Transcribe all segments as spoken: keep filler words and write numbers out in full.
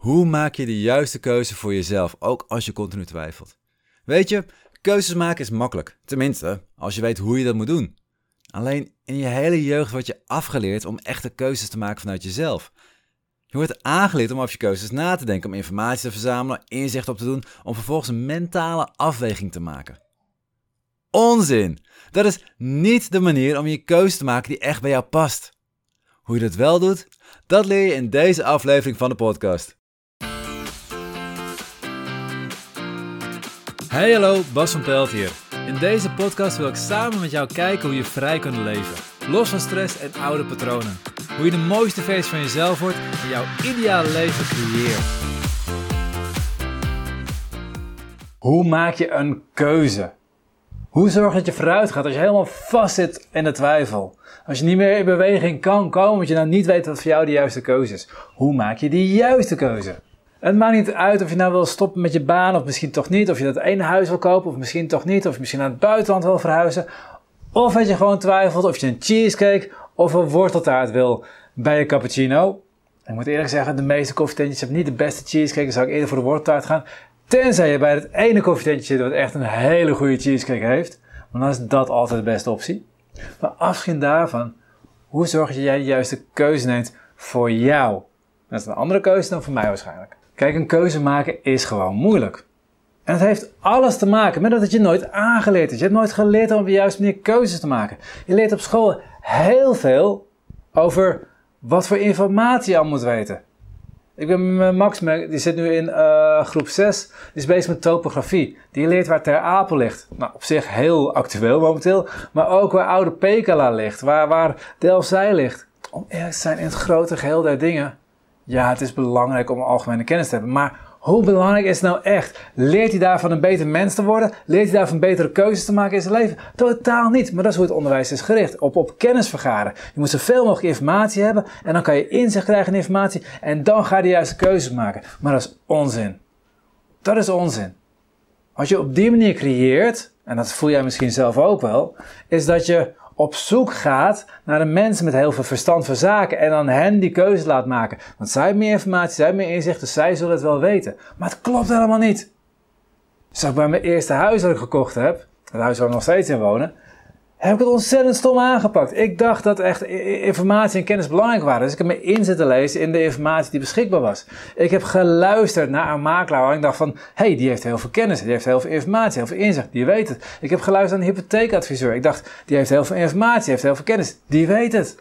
Hoe maak je de juiste keuze voor jezelf, ook als je continu twijfelt? Weet je, keuzes maken is makkelijk. Tenminste, als je weet hoe je dat moet doen. Alleen in je hele jeugd word je afgeleerd om echte keuzes te maken vanuit jezelf. Je wordt aangeleerd om over je keuzes na te denken, om informatie te verzamelen, inzicht op te doen, om vervolgens een mentale afweging te maken. Onzin! Dat is niet de manier om je keuze te maken die echt bij jou past. Hoe je dat wel doet, dat leer je in deze aflevering van de podcast. Hey hallo, Bas van Pelt hier. In deze podcast wil ik samen met jou kijken hoe je vrij kunt leven. Los van stress en oude patronen. Hoe je de mooiste versie van jezelf wordt en jouw ideale leven creëert. Hoe maak je een keuze? Hoe zorg je dat je vooruit gaat als je helemaal vast zit in de twijfel? Als je niet meer in beweging kan komen, omdat je nou niet weet wat voor jou de juiste keuze is. Hoe maak je die juiste keuze? Het maakt niet uit of je nou wil stoppen met je baan of misschien toch niet. Of je dat ene huis wil kopen of misschien toch niet. Of je misschien naar het buitenland wil verhuizen. Of dat je gewoon twijfelt of je een cheesecake of een worteltaart wil bij je cappuccino. Ik moet eerlijk zeggen, de meeste koffietentjes hebben niet de beste cheesecake. Dan zou ik eerder voor de worteltaart gaan. Tenzij je bij het ene koffietentje zit wat echt een hele goede cheesecake heeft. Want dan is dat altijd de beste optie. Maar afgezien daarvan, hoe zorg je dat jij de juiste keuze neemt voor jou? Dat is een andere keuze dan voor mij waarschijnlijk. Kijk, een keuze maken is gewoon moeilijk. En het heeft alles te maken met dat je nooit aangeleerd is. Je hebt nooit geleerd om op de juiste manier keuzes te maken. Je leert op school heel veel over wat voor informatie je al moet weten. Ik ben met Max, die zit nu in uh, groep zes, die is bezig met topografie. Die leert waar Ter Apel ligt. Nou, op zich heel actueel momenteel, maar ook waar Oude Pekela ligt, waar, waar Delfzijl ligt. Om eerlijk te zijn, in het grote geheel der dingen, ja, het is belangrijk om algemene kennis te hebben, maar hoe belangrijk is het nou echt? Leert hij daarvan een beter mens te worden? Leert hij daarvan betere keuzes te maken in zijn leven? Totaal niet, maar dat is hoe het onderwijs is gericht. Op, op kennis vergaren. Je moet zoveel mogelijk informatie hebben en dan kan je inzicht krijgen in informatie en dan ga je de juiste keuzes maken. Maar dat is onzin. Dat is onzin. Wat je op die manier creëert, en dat voel jij misschien zelf ook wel, is dat je op zoek gaat naar de mensen met heel veel verstand van zaken en dan hen die keuze laat maken. Want zij hebben meer informatie, zij hebben meer inzicht, dus zij zullen het wel weten. Maar het klopt helemaal niet. Dus ook bij mijn eerste huis dat ik gekocht heb, het huis waar we nog steeds in wonen, heb ik het ontzettend stom aangepakt. Ik dacht dat echt informatie en kennis belangrijk waren. Dus ik heb me in zitten lezen in de informatie die beschikbaar was. Ik heb geluisterd naar een makelaar en ik dacht van, hé, hey, die heeft heel veel kennis, die heeft heel veel informatie, heel veel inzicht, die weet het. Ik heb geluisterd naar een hypotheekadviseur. Ik dacht, die heeft heel veel informatie, die heeft heel veel kennis, die weet het.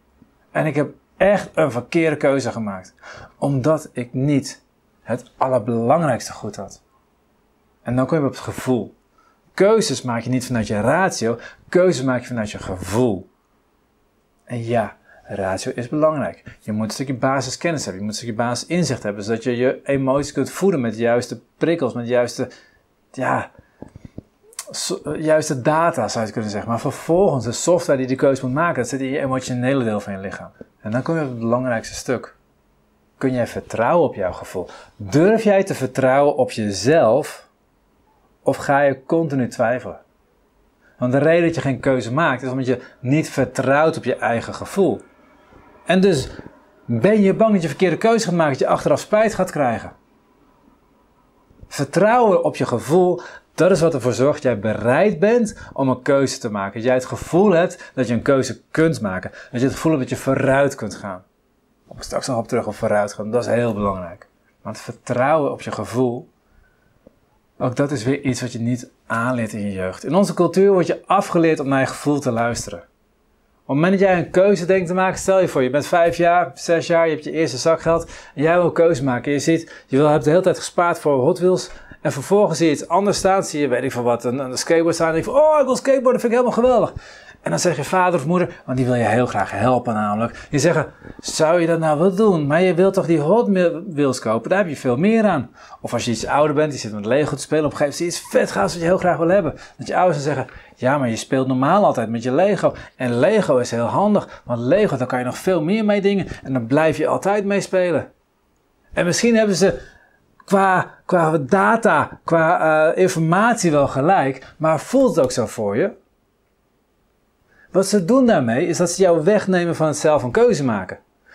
En ik heb echt een verkeerde keuze gemaakt. Omdat ik niet het allerbelangrijkste goed had. En dan kom je op het gevoel. Keuzes maak je niet vanuit je ratio, keuzes maak je vanuit je gevoel. En ja, ratio is belangrijk. Je moet een stukje basiskennis hebben, je moet een stukje basisinzicht hebben, zodat je je emoties kunt voeden met de juiste prikkels, met de juiste, ja, so, juiste data zou je kunnen zeggen. Maar vervolgens, de software die de keuze moet maken, dat zit in je emotionele deel van je lichaam. En dan kom je op het belangrijkste stuk. Kun jij vertrouwen op jouw gevoel? Durf jij te vertrouwen op jezelf? Of ga je continu twijfelen? Want de reden dat je geen keuze maakt, is omdat je niet vertrouwt op je eigen gevoel. En dus ben je bang dat je verkeerde keuze gaat maken, dat je achteraf spijt gaat krijgen. Vertrouwen op je gevoel, dat is wat ervoor zorgt dat jij bereid bent om een keuze te maken. Dat jij het gevoel hebt dat je een keuze kunt maken. Dat je het gevoel hebt dat je vooruit kunt gaan. Kom ik straks nog op terug op vooruit gaan, dat is heel belangrijk. Maar het vertrouwen op je gevoel, ook dat is weer iets wat je niet aanleert in je jeugd. In onze cultuur word je afgeleerd om naar je gevoel te luisteren. Op het moment dat jij een keuze denkt te maken, stel je voor, je bent vijf jaar, zes jaar, je hebt je eerste zakgeld en jij wil een keuze maken. Je ziet, je wil, hebt de hele tijd gespaard voor Hot Wheels en vervolgens zie je iets anders staan, zie je, weet ik van wat, een, een skateboard staan en denk je van, oh, ik wil skateboarden, dat vind ik helemaal geweldig. En dan zeg je vader of moeder, want die wil je heel graag helpen namelijk. Die zeggen, zou je dat nou willen doen? Maar je wilt toch die Hot Wheels kopen? Daar heb je veel meer aan. Of als je iets ouder bent, je zit met Lego te spelen, op een gegeven moment zie je iets vet gaafs wat je heel graag wil hebben. Dat je ouders dan zeggen, ja, maar je speelt normaal altijd met je Lego. En Lego is heel handig, want Lego, daar kan je nog veel meer mee dingen. En dan blijf je altijd mee spelen. En misschien hebben ze qua, qua data, qua uh, informatie wel gelijk, maar voelt het ook zo voor je? Wat ze doen daarmee is dat ze jou wegnemen van het zelf een keuze maken.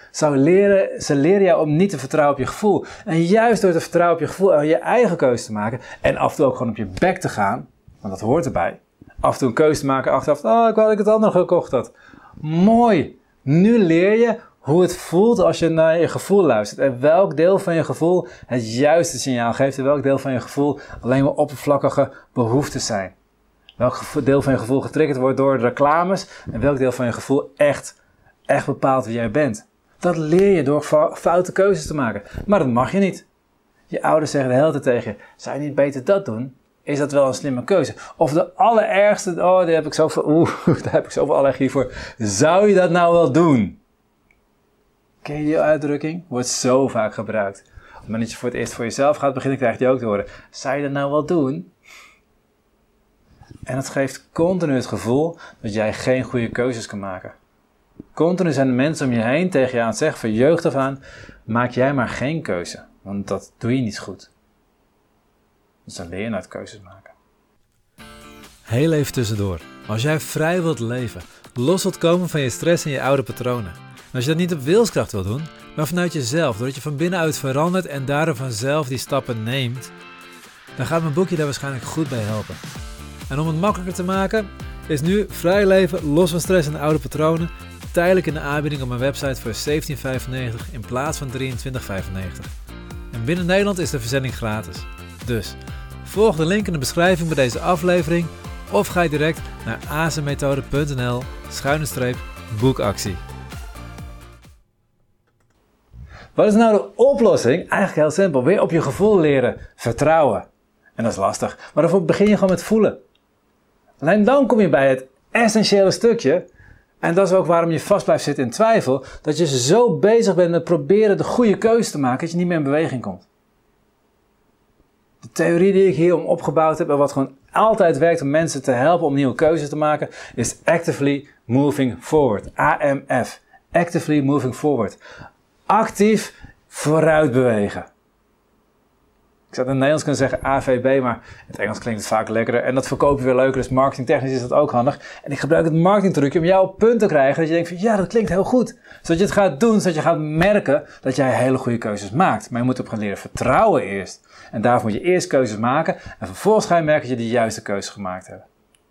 Zou leren, ze leren jou om niet te vertrouwen op je gevoel. En juist door te vertrouwen op je gevoel en je eigen keuze te maken. En af en toe ook gewoon op je bek te gaan. Want dat hoort erbij. Af en toe een keuze te maken achteraf. Oh, ik wou dat ik het andere gekocht had. Mooi. Nu leer je hoe het voelt als je naar je gevoel luistert. En welk deel van je gevoel het juiste signaal geeft. En welk deel van je gevoel alleen maar oppervlakkige behoeftes zijn. Welk deel van je gevoel getriggerd wordt door reclames. En welk deel van je gevoel echt, echt bepaalt wie jij bent. Dat leer je door foute keuzes te maken. Maar dat mag je niet. Je ouders zeggen de hele tijd tegen je. Zou je niet beter dat doen? Is dat wel een slimme keuze? Of de allerergste. Oh, daar heb ik zoveel, oeh, daar heb ik zoveel allergie voor. Zou je dat nou wel doen? Ken je die uitdrukking? Wordt zo vaak gebruikt. Op het moment dat je voor het eerst voor jezelf gaat beginnen, krijg je die ook te horen. Zou je dat nou wel doen? En het geeft continu het gevoel dat jij geen goede keuzes kan maken. Continu zijn de mensen om je heen tegen je aan het zeggen, van jeugd af aan, maak jij maar geen keuze. Want dat doe je niet goed. Dus dan leer je uit keuzes maken. Heel even tussendoor. Als jij vrij wilt leven, los wilt komen van je stress en je oude patronen. En als je dat niet op wilskracht wilt doen, maar vanuit jezelf, doordat je van binnenuit verandert en daardoor vanzelf die stappen neemt, dan gaat mijn boekje daar waarschijnlijk goed bij helpen. En om het makkelijker te maken, is nu vrij leven, los van stress en oude patronen, tijdelijk in de aanbieding op mijn website voor zeventien vijfennegentig in plaats van drieëntwintig vijfennegentig. En binnen Nederland is de verzending gratis. Dus volg de link in de beschrijving bij deze aflevering of ga je direct naar azemethode.nl schuine streep boekactie. Wat is nou de oplossing? Eigenlijk heel simpel. Weer op je gevoel leren vertrouwen. En dat is lastig. Maar daarvoor begin je gewoon met voelen. Alleen dan kom je bij het essentiële stukje. En dat is ook waarom je vast blijft zitten in twijfel. Dat je zo bezig bent met proberen de goede keuze te maken dat je niet meer in beweging komt. De theorie die ik hierom opgebouwd heb en wat gewoon altijd werkt om mensen te helpen om nieuwe keuzes te maken, is Actively Moving Forward. A M F. Actively Moving Forward. Actief vooruit bewegen. Ik zou het in het Nederlands kunnen zeggen A V B, maar in het Engels klinkt het vaak lekkerder. En dat verkoop je weer leuker, dus marketingtechnisch is dat ook handig. En ik gebruik het marketingtrucje om jou op punt te krijgen dat je denkt van ja, dat klinkt heel goed. Zodat je het gaat doen, zodat je gaat merken dat jij hele goede keuzes maakt. Maar je moet op gaan leren vertrouwen eerst. En daarvoor moet je eerst keuzes maken en vervolgens ga je merken dat je de juiste keuze gemaakt hebt.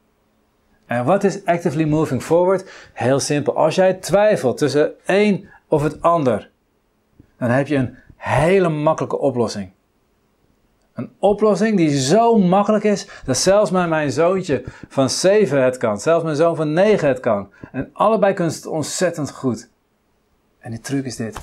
En wat is Actively Moving Forward? Heel simpel. Als jij twijfelt tussen één of het ander, dan heb je een hele makkelijke oplossing. Een oplossing die zo makkelijk is, dat zelfs maar mijn zoontje van zeven het kan. Zelfs mijn zoon van negen het kan. En allebei kunnen ze het ontzettend goed. En die truc is dit.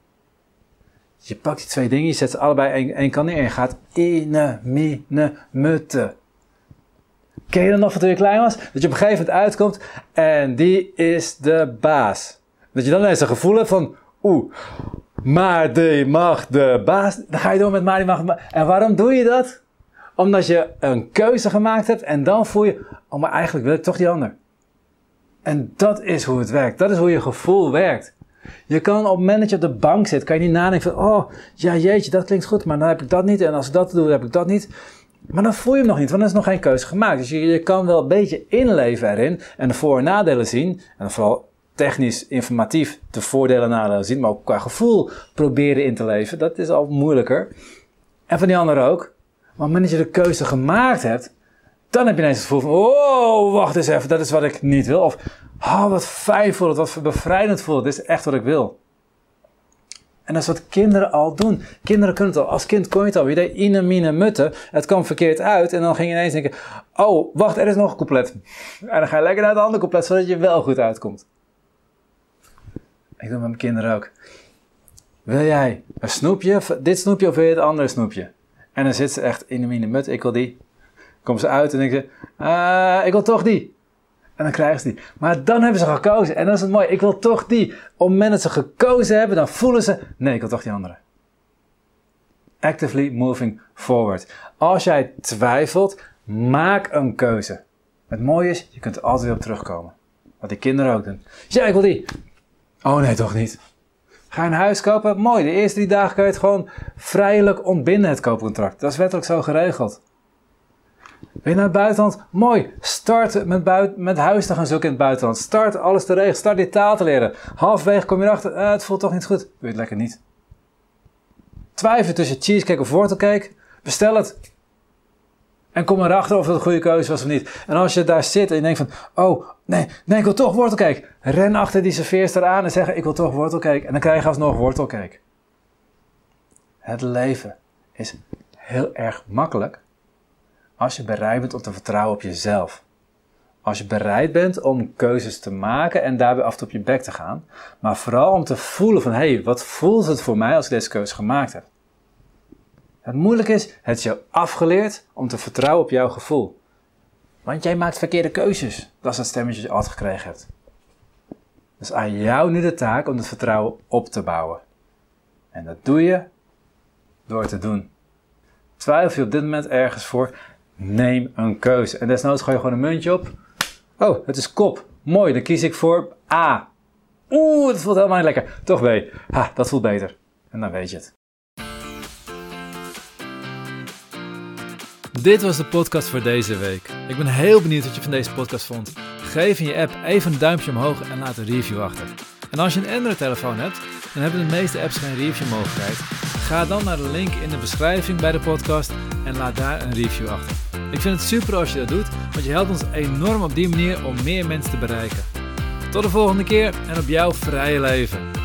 Je pakt die twee dingen, je zet ze allebei één, één kant neer en je gaat ine, mine, mutte. Ken je dat nog van toen je klein was? Dat je op een gegeven moment uitkomt en die is de baas. Dat je dan ineens een gevoel hebt van, oeh, maar die mag de baas. Dan ga je door met maar die mag de baas. En waarom doe je dat? Omdat je een keuze gemaakt hebt en dan voel je, oh maar eigenlijk wil ik toch die ander. En dat is hoe het werkt. Dat is hoe je gevoel werkt. Je kan op het moment dat je op de bank zit, kan je niet nadenken van, oh ja jeetje, dat klinkt goed, maar dan heb ik dat niet. En als ik dat doe, dan heb ik dat niet. Maar dan voel je hem nog niet, want er is nog geen keuze gemaakt. Dus je, je kan wel een beetje inleven erin en de voor- en nadelen zien. En vooral technisch, informatief de voordelen en nadelen zien, maar ook qua gevoel proberen in te leven. Dat is al moeilijker. En van die anderen ook. Maar op het moment dat je de keuze gemaakt hebt, dan heb je ineens het gevoel van, oh, wacht eens even, dat is wat ik niet wil. Of, oh, wat fijn voelt het, wat bevrijdend voelt het, dit is echt wat ik wil. En dat is wat kinderen al doen. Kinderen kunnen het al. Als kind kon je het al. Je deed ine, mine, mutte. Het kwam verkeerd uit. En dan ging je ineens denken, oh, wacht, er is nog een couplet. En dan ga je lekker naar het andere couplet, zodat je wel goed uitkomt. Ik doe het met mijn kinderen ook. Wil jij een snoepje, dit snoepje of wil je het andere snoepje? En dan zit ze echt ine, mine, mutte. Ik wil die. Komen ze uit en denken ze, uh, ik wil toch die. En dan krijgen ze die. Maar dan hebben ze gekozen. En dat is het mooie. Ik wil toch die. Op het moment dat ze gekozen hebben, dan voelen ze, nee, ik wil toch die andere. Actively moving forward. Als jij twijfelt, maak een keuze. Het mooie is, je kunt er altijd weer op terugkomen. Wat die kinderen ook doen. Ja, ik wil die. Oh nee, toch niet. Ga je een huis kopen? Mooi. De eerste drie dagen kun je het gewoon vrijelijk ontbinden, het koopcontract. Dat is wettelijk zo geregeld. Wil je naar het buitenland? Mooi. Start met, bui- met huis te gaan zoeken in het buitenland. Start alles te regelen. Start die taal te leren. Halverwege kom je erachter, eh, het voelt toch niet goed. Wil je het lekker niet? Twijfel tussen cheesecake of wortelcake? Bestel het. En kom erachter of het een goede keuze was of niet. En als je daar zit en je denkt van, oh, nee, nee, ik wil toch wortelcake. Ren achter die serveerster aan en zeg, ik wil toch wortelcake. En dan krijg je alsnog wortelcake. Het leven is heel erg makkelijk als je bereid bent om te vertrouwen op jezelf. Als je bereid bent om keuzes te maken en daarbij af en toe op je bek te gaan. Maar vooral om te voelen van, hé, hey, wat voelt het voor mij als ik deze keuze gemaakt heb? Het moeilijke is, het is jou afgeleerd om te vertrouwen op jouw gevoel. Want jij maakt verkeerde keuzes. Dat is het stemmetje dat je altijd gekregen hebt. Dus aan jou nu de taak om het vertrouwen op te bouwen. En dat doe je door te doen. Twijfel je op dit moment ergens voor? Neem een keuze. En desnoods gooi je gewoon een muntje op. Oh, het is kop. Mooi, dan kies ik voor A. Oeh, dat voelt helemaal niet lekker. Toch B. Ha, dat voelt beter. En dan weet je het. Dit was de podcast voor deze week. Ik ben heel benieuwd wat je van deze podcast vond. Geef in je app even een duimpje omhoog en laat een review achter. En als je een Android-telefoon hebt, dan hebben de meeste apps geen review-mogelijkheid. Ga dan naar de link in de beschrijving bij de podcast en laat daar een review achter. Ik vind het super als je dat doet, want je helpt ons enorm op die manier om meer mensen te bereiken. Tot de volgende keer en op jouw vrije leven.